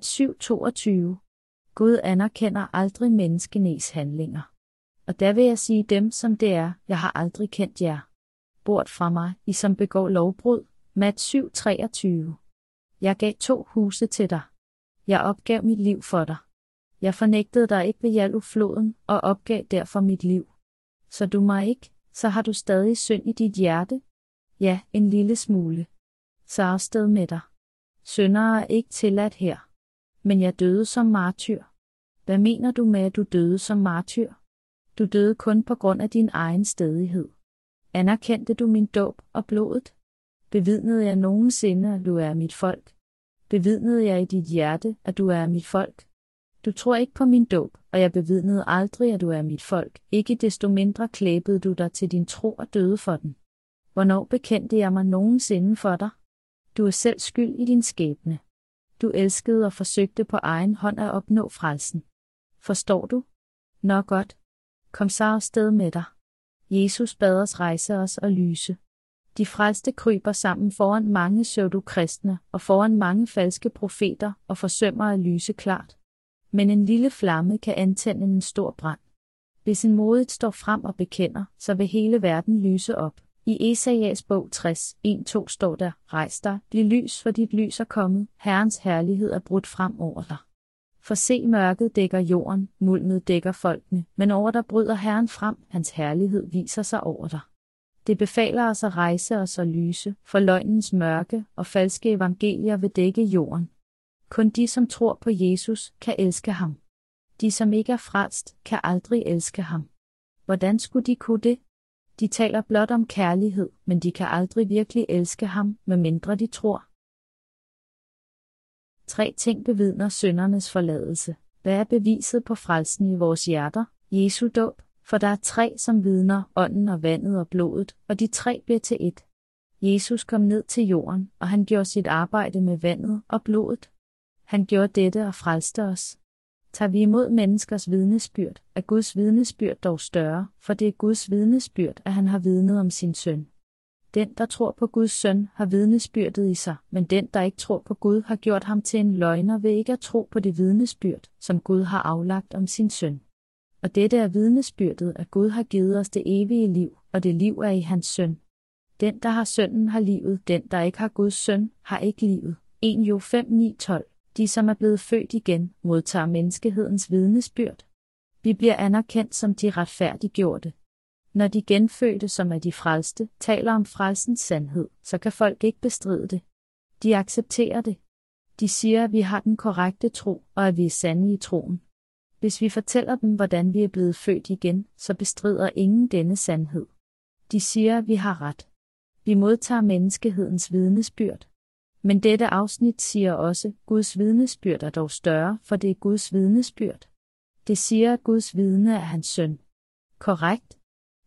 A: 7:22. Gud anerkender aldrig menneskenes handlinger. Og der vil jeg sige dem, som det er, jeg har aldrig kendt jer. Bort fra mig, I som begår lovbrud. Mat 7:23. Jeg gav 2 huse til dig. Jeg opgav mit liv for dig. Jeg fornægtede dig ikke ved Jalufloden, og opgav derfor mit liv. Så du mig ikke, så har du stadig synd i dit hjerte? Ja, en lille smule. Så afsted med dig. Syndere er ikke tilladt her. Men jeg døde som martyr. Hvad mener du med, at du døde som martyr? Du døde kun på grund af din egen stædighed. Anerkendte du min dåb og blodet? Bevidnede jeg nogensinde, at du er mit folk? Bevidnede jeg i dit hjerte, at du er mit folk? Du tror ikke på min dåb, og jeg bevidnede aldrig, at du er mit folk. Ikke desto mindre klæbede du dig til din tro og døde for den. Hvornår bekendte jeg mig nogensinde for dig? Du er selv skyld i din skæbne. Du elskede og forsøgte på egen hånd at opnå frelsen. Forstår du? Nå godt. Kom så afsted med dig. Jesus bad os rejse os og lyse. De frelste kryber sammen foran mange pseudo-kristne og foran mange falske profeter og forsømmer at lyse klart. Men en lille flamme kan antænde en stor brand. Hvis en modigt står frem og bekender, så vil hele verden lyse op. I Esajas bog 60:1-2 står der, rejs dig, bliv lys, for dit lys er kommet, Herrens herlighed er brudt frem over dig. For se, mørket dækker jorden, mulmet dækker folkene, men over dig bryder Herren frem, hans herlighed viser sig over dig. Det befaler os at rejse os og lyse, for løgnens mørke og falske evangelier vil dække jorden. Kun de, som tror på Jesus, kan elske ham. De, som ikke er frelst, kan aldrig elske ham. Hvordan skulle de kunne det? De taler blot om kærlighed, men de kan aldrig virkelig elske ham, medmindre de tror. 3 ting bevidner syndernes forladelse. Hvad er beviset på frelsen i vores hjerter? Jesu dåb. For der er 3, som vidner, ånden og vandet og blodet, og de 3 bliver til ét. Jesus kom ned til jorden, og han gjorde sit arbejde med vandet og blodet. Han gjorde dette og frelste os. Tager vi imod menneskers vidnesbyrd, er Guds vidnesbyrd dog større, for det er Guds vidnesbyrd, at han har vidnet om sin søn. Den, der tror på Guds søn, har vidnesbyrdet i sig, men den, der ikke tror på Gud, har gjort ham til en løgner ved ikke at tro på det vidnesbyrd, som Gud har aflagt om sin søn. Og dette er vidnesbyrdet, at Gud har givet os det evige liv, og det liv er i hans søn. Den, der har sønnen, har livet, den, der ikke har Guds søn, har ikke livet. 1 Jo 5:9-12. De, som er blevet født igen, modtager menneskehedens vidnesbyrd. Vi bliver anerkendt som de retfærdiggjorte. Når de genfødte, som er de frelste, taler om frelsens sandhed, så kan folk ikke bestride det. De accepterer det. De siger, at vi har den korrekte tro, og at vi er sande i troen. Hvis vi fortæller dem, hvordan vi er blevet født igen, så bestrider ingen denne sandhed. De siger, at vi har ret. Vi modtager menneskehedens vidnesbyrd. Men dette afsnit siger også, Guds vidnesbyrd er dog større, for det er Guds vidnesbyrd. Det siger, at Guds vidne er hans søn. Korrekt?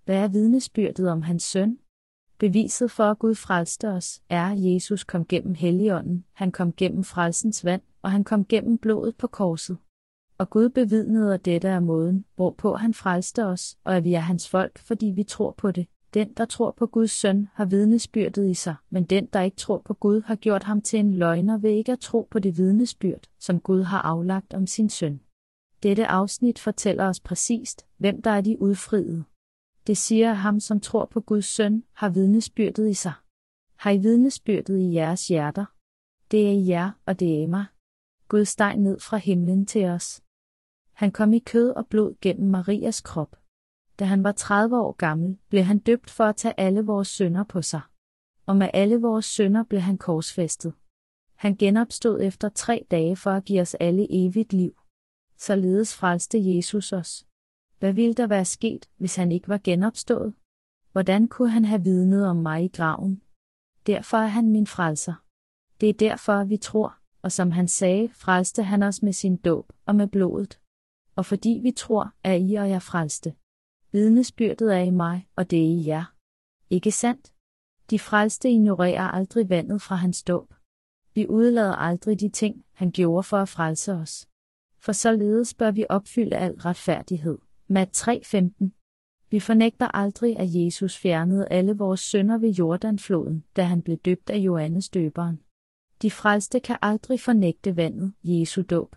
A: Hvad er vidnesbyrdet om hans søn? Beviset for, at Gud frelste os, er, at Jesus kom gennem Helligånden, han kom gennem frelsens vand, og han kom gennem blodet på korset. Og Gud bevidnede, at dette er måden, hvorpå han frelste os, og at vi er hans folk, fordi vi tror på det. Den, der tror på Guds søn, har vidnesbyrdet i sig, men den, der ikke tror på Gud, har gjort ham til en løgner ved ikke at tro på det vidnesbyrd, som Gud har aflagt om sin søn. Dette afsnit fortæller os præcist, hvem der er de udfriede. Det siger, at ham, som tror på Guds søn, har vidnesbyrdet i sig. Har I vidnesbyrdet i jeres hjerter? Det er i jer, og det er i mig. Gud steg ned fra himlen til os. Han kom i kød og blod gennem Marias krop. Da han var 30 år gammel, blev han døbt for at tage alle vores synder på sig. Og med alle vores synder blev han korsfæstet. Han genopstod efter 3 dage for at give os alle evigt liv. Således frelste Jesus os. Hvad ville der være sket, hvis han ikke var genopstået? Hvordan kunne han have vidnet om mig i graven? Derfor er han min frelser. Det er derfor, vi tror, og som han sagde, frelste han os med sin dåb og med blodet. Og fordi vi tror, er I og jeg frelste. Vidnesbyrdet er i mig, og det er i jer. Ikke sandt? De frelste ignorerer aldrig vandet fra hans dåb. Vi udlader aldrig de ting, han gjorde for at frelse os. For således bør vi opfylde al retfærdighed. Mat 3:15. Vi fornægter aldrig, at Jesus fjernede alle vores synder ved Jordanfloden, da han blev døbt af Johannes døberen. De frelste kan aldrig fornægte vandet, Jesu dåb.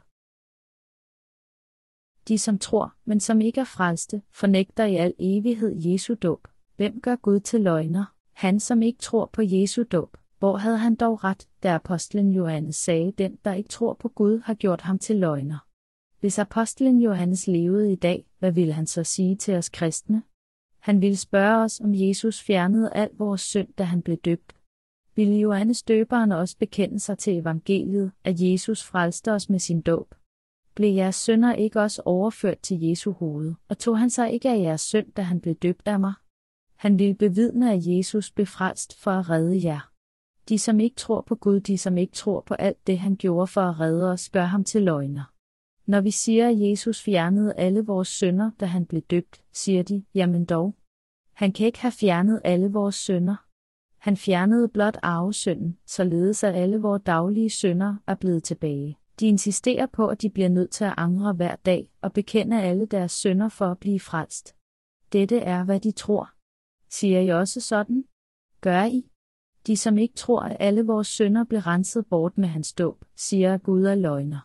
A: De som tror, men som ikke er frelste, fornægter i al evighed Jesu dåb. Hvem gør Gud til løgner? Han som ikke tror på Jesu dåb. Hvor havde han dog ret, da apostlen Johannes sagde, den der ikke tror på Gud har gjort ham til løgner. Hvis apostlen Johannes levede i dag, hvad ville han så sige til os kristne? Han ville spørge os, om Jesus fjernede al vores synd, da han blev døbt. Ville Johannes døberen også bekende sig til evangeliet, at Jesus frelste os med sin dåb? Blev jeres synder ikke også overført til Jesu hoved, og tog han sig ikke af jeres synd, da han blev døbt af mig? Han ville bevidne, at Jesus blev frelst for at redde jer. De som ikke tror på Gud, de som ikke tror på alt det han gjorde for at redde os, gør ham til løgner. Når vi siger, at Jesus fjernede alle vores synder, da han blev døbt, siger de, jamen dog. Han kan ikke have fjernet alle vores synder. Han fjernede blot arvesynden, således at alle vores daglige synder er blevet tilbage. De insisterer på, at de bliver nødt til at angre hver dag og bekende alle deres synder for at blive frelst. Dette er, hvad de tror. Siger I også sådan? Gør I? De som ikke tror, at alle vores synder blev renset bort med hans dåb, siger, at Gud er løgner.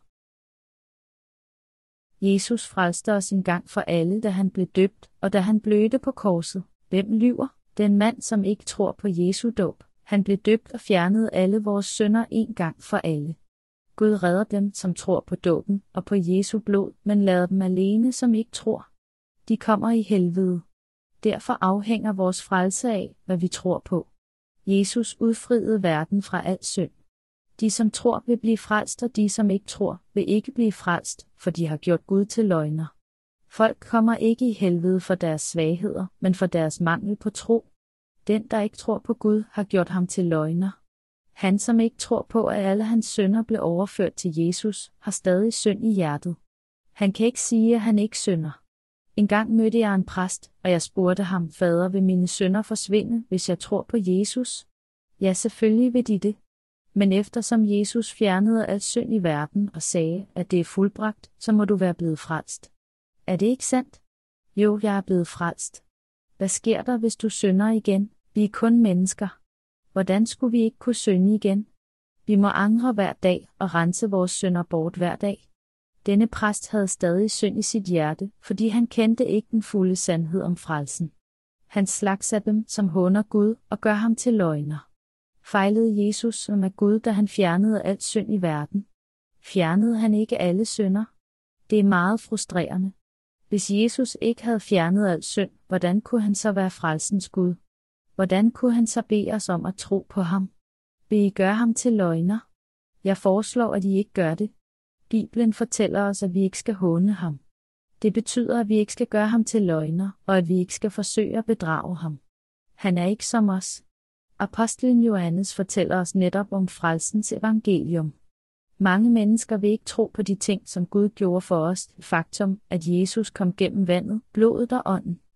A: Jesus frelste os en gang for alle, da han blev døbt, og da han blødte på korset. Hvem lyver? Den mand, som ikke tror på Jesu dåb. Han blev døbt og fjernede alle vores synder en gang for alle. Gud redder dem, som tror på dåben og på Jesu blod, men lader dem alene, som ikke tror. De kommer i helvede. Derfor afhænger vores frelse af, hvad vi tror på. Jesus udfriede verden fra al synd. De som tror vil blive frelst, og de som ikke tror vil ikke blive frelst, for de har gjort Gud til løgner. Folk kommer ikke i helvede for deres svagheder, men for deres mangel på tro. Den, der ikke tror på Gud, har gjort ham til løgner. Han, som ikke tror på, at alle hans synder blev overført til Jesus, har stadig synd i hjertet. Han kan ikke sige, at han ikke synder. En gang mødte jeg en præst, og jeg spurgte ham, fader, vil mine synder forsvinde, hvis jeg tror på Jesus? Ja, selvfølgelig vil de det. Men eftersom Jesus fjernede al synd i verden og sagde, at det er fuldbragt, så må du være blevet frelst. Er det ikke sandt? Jo, jeg er blevet frelst. Hvad sker der, hvis du synder igen? Vi er kun mennesker. Hvordan skulle vi ikke kunne synde igen? Vi må angre hver dag og rense vores synder bort hver dag. Denne præst havde stadig synd i sit hjerte, fordi han kendte ikke den fulde sandhed om frelsen. Han slags af dem, som håner Gud og gør ham til løgner. Fejlede Jesus som er Gud, da han fjernede alt synd i verden? Fjernede han ikke alle synder? Det er meget frustrerende. Hvis Jesus ikke havde fjernet al synd, hvordan kunne han så være frelsens Gud? Hvordan kunne han så bede os om at tro på ham? Vil I gøre ham til løgner? Jeg foreslår, at I ikke gør det. Bibelen fortæller os, at vi ikke skal håne ham. Det betyder, at vi ikke skal gøre ham til løgner, og at vi ikke skal forsøge at bedrage ham. Han er ikke som os. Apostlen Johannes fortæller os netop om frelsens evangelium. Mange mennesker vil ikke tro på de ting, som Gud gjorde for os. Faktum, at Jesus kom gennem vandet, blodet og ånden.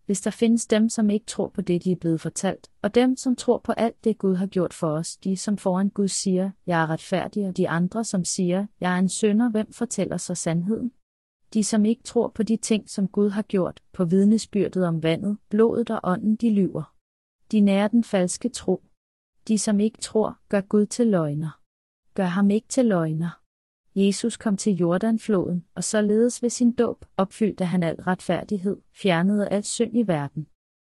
A: Hvis der findes dem, som ikke tror på det, de er blevet fortalt, og dem, som tror på alt det, Gud har gjort for os, de som foran Gud siger, jeg er retfærdig, og de andre, som siger, jeg er en synder, hvem fortæller så sandheden? De, som ikke tror på de ting, som Gud har gjort, på vidnesbyrdet om vandet, blodet og ånden, de lyver. De nærer den falske tro. De, som ikke tror, gør Gud til løgner. Gør ham ikke til løgner. Jesus kom til Jordanfloden, og således ved sin dåb opfyldte han al retfærdighed, fjernede al synd i verden.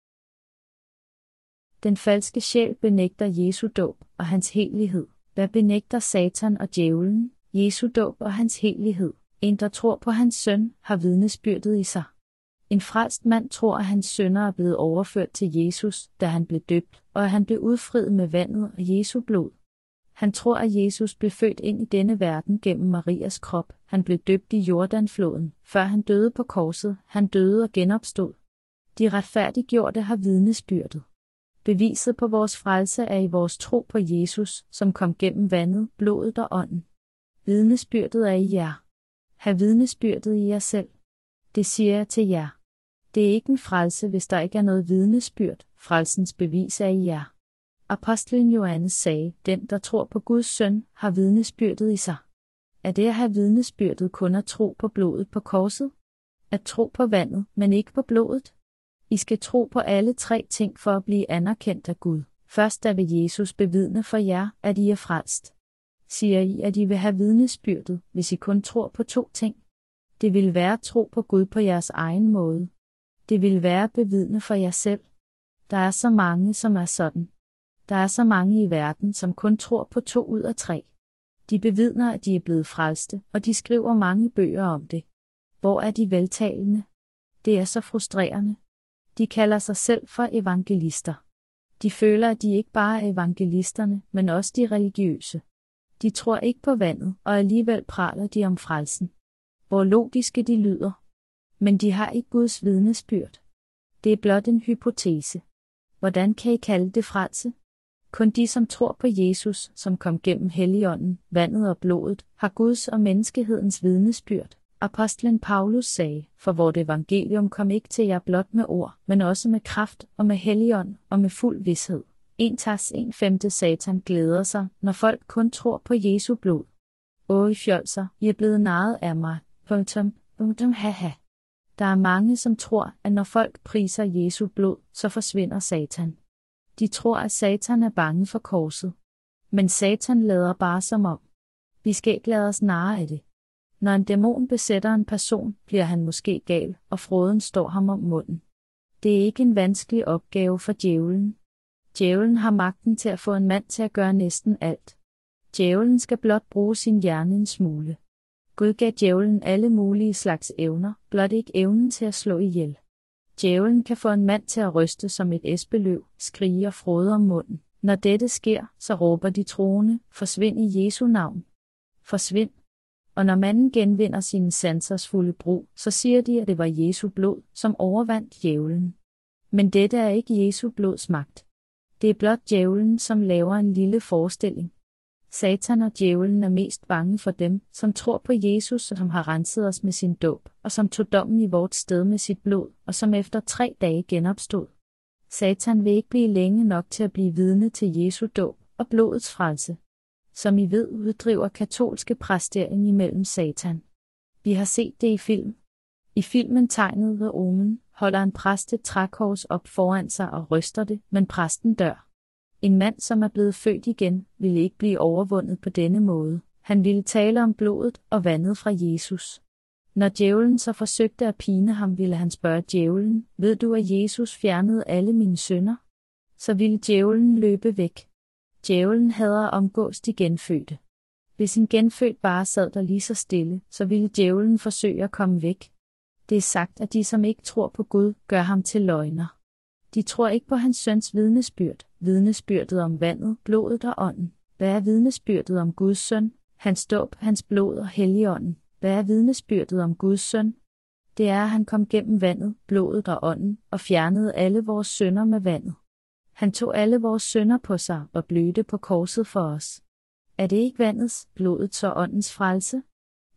A: Den falske sjæl benægter Jesu dåb og hans hellighed. Hvad benægter Satan og djævlen? Jesu dåb og hans hellighed. En, der tror på hans søn, har vidnesbyrdet i sig. En frelst mand tror, at hans synder er blevet overført til Jesus, da han blev døbt, og at han blev udfriet med vandet og Jesu blod. Han tror, at Jesus blev født ind i denne verden gennem Marias krop. Han blev døbt i Jordanfloden, før han døde på korset. Han døde og genopstod. De retfærdiggjorte har vidnesbyrdet. Beviset på vores frelse er i vores tro på Jesus, som kom gennem vandet, blodet og ånden. Vidnesbyrdet er i jer. Hav vidnesbyrdet i jer selv. Det siger jeg til jer. Det er ikke en frelse, hvis der ikke er noget vidnesbyrd. Frelsens bevis er i jer. Apostlen Johannes sagde, den, der tror på Guds søn, har vidnesbyrdet i sig. Er det at have vidnesbyrdet kun at tro på blodet på korset? At tro på vandet, men ikke på blodet? I skal tro på alle tre ting for at blive anerkendt af Gud. Først da vil Jesus bevidne for jer, at I er frelst. Siger I, at I vil have vidnesbyrdet, hvis I kun tror på to ting? Det vil være at tro på Gud på jeres egen måde. Det vil være at bevidne for jer selv. Der er så mange, som er sådan. Der er så mange i verden, som kun tror på 2 ud af 3. De bevidner, at de er blevet frelste, og de skriver mange bøger om det. Hvor er de veltalende? Det er så frustrerende. De kalder sig selv for evangelister. De føler, at de ikke bare er evangelisterne, men også de religiøse. De tror ikke på vandet, og alligevel praler de om frelsen. Hvor logiske de lyder. Men de har ikke Guds vidnesbyrd. Det er blot en hypotese. Hvordan kan I kalde det frelse? Kun de, som tror på Jesus, som kom gennem Helligånden, vandet og blodet, har Guds og menneskehedens vidnesbyrd. Apostlen Paulus sagde, for vort evangelium kom ikke til jer blot med ord, men også med kraft og med Helligånd og med fuld vished. 1:1 Satan glæder sig, når folk kun tror på Jesu blod. I fjolser, I er blevet narret af mig. Haha. Der er mange, som tror, at når folk priser Jesu blod, så forsvinder Satan. De tror, at Satan er bange for korset. Men Satan lader bare som om. Vi skal ikke lade os narre af det. Når en dæmon besætter en person, bliver han måske gal, og fråden står ham om munden. Det er ikke en vanskelig opgave for djævlen. Djævlen har magten til at få en mand til at gøre næsten alt. Djævlen skal blot bruge sin hjerne en smule. Gud gav djævlen alle mulige slags evner, blot ikke evnen til at slå ihjel. Djævlen kan få en mand til at ryste som et esbeløv, skrige og fråde om munden. Når dette sker, så råber de troende, forsvind i Jesu navn. Forsvind. Og når manden genvinder sine sansers fulde brug, så siger de, at det var Jesu blod, som overvandt djævlen. Men dette er ikke Jesu blods magt. Det er blot djævlen, som laver en lille forestilling. Satan og djævlen er mest bange for dem, som tror på Jesus, som har renset os med sin dåb, og som tog dommen i vort sted med sit blod, og som efter 3 dage genopstod. Satan vil ikke blive længe nok til at blive vidne til Jesu dåb og blodets frelse. Som I ved, uddriver katolske præster imellem Satan. Vi har set det i film. I filmen Tegnet ved Omen holder en præst et trækors op foran sig og ryster det, men præsten dør. En mand, som er blevet født igen, ville ikke blive overvundet på denne måde. Han ville tale om blodet og vandet fra Jesus. Når djævlen så forsøgte at pine ham, ville han spørge djævlen, ved du, at Jesus fjernede alle mine synder? Så ville djævlen løbe væk. Djævlen hader at omgås de genfødte. Hvis en genfødt bare sad der lige så stille, så ville djævlen forsøge at komme væk. Det er sagt, at de, som ikke tror på Gud, gør ham til løgner. De tror ikke på hans søns vidnesbyrd, vidnesbyrdet om vandet, blodet og ånden. Hvad er vidnesbyrdet om Guds søn? Hans dåb, hans blod og Helligånden. Hvad er vidnesbyrdet om Guds søn? Det er, at han kom gennem vandet, blodet og ånden, og fjernede alle vores synder med vandet. Han tog alle vores synder på sig og blødte på korset for os. Er det ikke vandets, blodets og åndens frelse?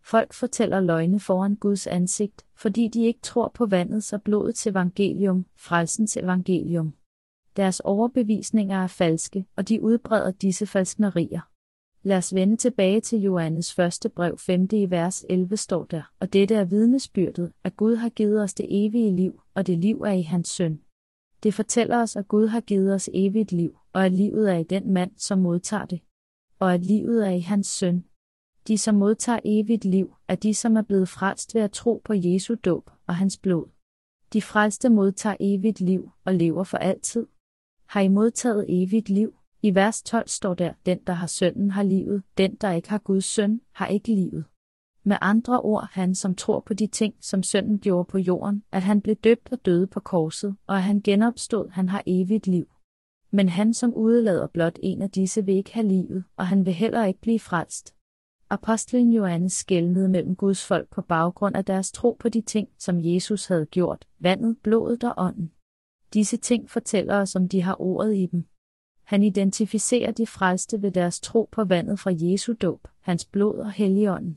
A: Folk fortæller løgne foran Guds ansigt, fordi de ikke tror på vandets og blodets evangelium, frelsens evangelium. Deres overbevisninger er falske, og de udbreder disse falsknerier. Lad os vende tilbage til Johannes første brev 5. i vers 11 står der, og dette er vidnesbyrdet, at Gud har givet os det evige liv, og det liv er i hans søn. Det fortæller os, at Gud har givet os evigt liv, og at livet er i den mand, som modtager det. Og at livet er i hans søn. De, som modtager evigt liv, er de, som er blevet frelst ved at tro på Jesu dåb og hans blod. De frelste modtager evigt liv og lever for altid. Har I modtaget evigt liv? I vers 12 står der, den der har sønnen har livet, den der ikke har Guds søn, har ikke livet. Med andre ord, han som tror på de ting, som sønnen gjorde på jorden, at han blev døbt og døde på korset, og at han genopstod, han har evigt liv. Men han som udelader blot en af disse vil ikke have livet, og han vil heller ikke blive frelst. Apostlen Johannes skelnede mellem Guds folk på baggrund af deres tro på de ting, som Jesus havde gjort, vandet, blodet og ånden. Disse ting fortæller os, om de har ordet i dem. Han identificerer de frelste ved deres tro på vandet fra Jesu dåb, hans blod og Helligånden.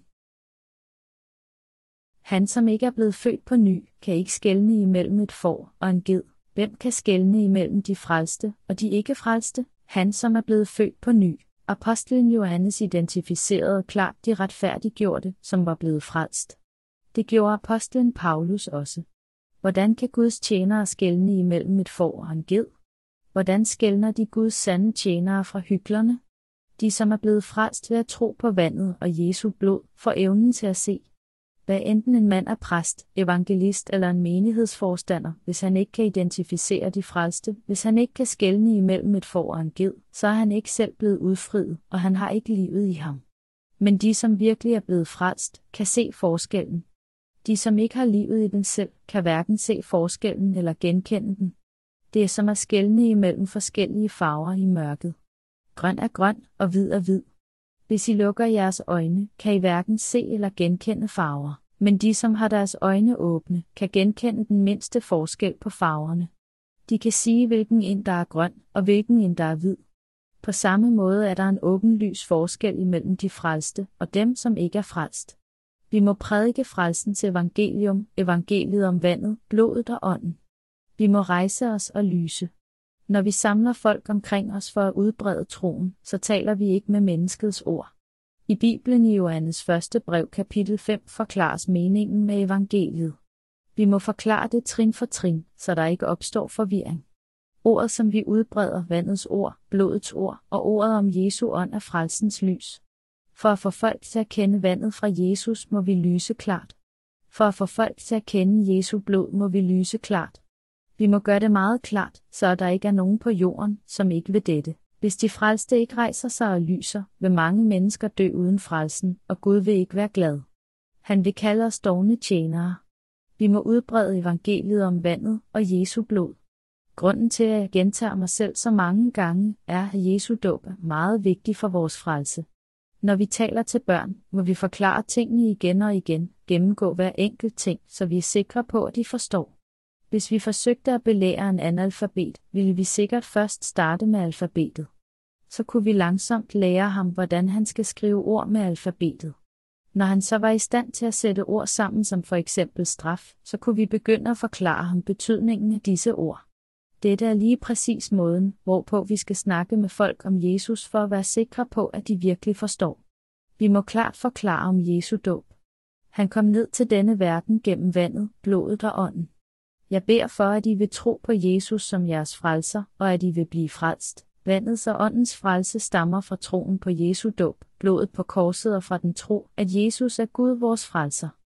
A: Han, som ikke er blevet født på ny, kan ikke skelne imellem et får og en ged. Hvem kan skelne imellem de frelste og de ikke frelste? Han, som er blevet født på ny. Apostlen Johannes identificerede klart de retfærdiggjorte, som var blevet frelst. Det gjorde apostlen Paulus også. Hvordan kan Guds tjenere skelne imellem et får og en ged? Hvordan skelner de Guds sande tjenere fra hyklerne? De, som er blevet frelst ved at tro på vandet og Jesu blod, får evnen til at se. Hvad enten en mand er præst, evangelist eller en menighedsforstander, hvis han ikke kan identificere de frelste, hvis han ikke kan skelne imellem et får og en ged, så er han ikke selv blevet udfriet, og han har ikke livet i ham. Men de, som virkelig er blevet frelst, kan se forskellen. De, som ikke har livet i den selv, kan hverken se forskellen eller genkende den. Det er som at skelne imellem forskellige farver i mørket. Grøn er grøn, og hvid er hvid. Hvis I lukker jeres øjne, kan I hverken se eller genkende farver, men de, som har deres øjne åbne, kan genkende den mindste forskel på farverne. De kan sige, hvilken en der er grøn, og hvilken en der er hvid. På samme måde er der en åbenlys forskel imellem de frelste og dem, som ikke er frelst. Vi må prædike frelsens evangelium, evangeliet om vandet, blodet og ånden. Vi må rejse os og lyse. Når vi samler folk omkring os for at udbrede troen, så taler vi ikke med menneskets ord. I Bibelen i Johannes første brev kapitel 5 forklares meningen med evangeliet. Vi må forklare det trin for trin, så der ikke opstår forvirring. Ordet, som vi udbreder, vandets ord, blodets ord og ordet om Jesu ånd er frelsens lys. For at få folk til at kende vandet fra Jesus, må vi lyse klart. For at få folk til at kende Jesu blod, må vi lyse klart. Vi må gøre det meget klart, så der ikke er nogen på jorden, som ikke vil dette. Hvis de frelste ikke rejser sig og lyser, vil mange mennesker dø uden frelsen, og Gud vil ikke være glad. Han vil kalde os dovne tjenere. Vi må udbrede evangeliet om vandet og Jesu blod. Grunden til, at jeg gentager mig selv så mange gange, er, at Jesu dåb er meget vigtig for vores frelse. Når vi taler til børn, må vi forklare tingene igen og igen, gennemgå hver enkelt ting, så vi er sikre på, at de forstår. Hvis vi forsøgte at belære en analfabet, ville vi sikkert først starte med alfabetet. Så kunne vi langsomt lære ham, hvordan han skal skrive ord med alfabetet. Når han så var i stand til at sætte ord sammen som for eksempel straf, så kunne vi begynde at forklare ham betydningen af disse ord. Dette er lige præcis måden, hvorpå vi skal snakke med folk om Jesus for at være sikre på, at de virkelig forstår. Vi må klart forklare om Jesu dåb. Han kom ned til denne verden gennem vandet, blodet og ånden. Jeg beder for, at I vil tro på Jesus som jeres frelser, og at I vil blive frelst. Vandets og åndens frelse stammer fra troen på Jesu dåb, blodet på korset og fra den tro, at Jesus er Gud vores frelser.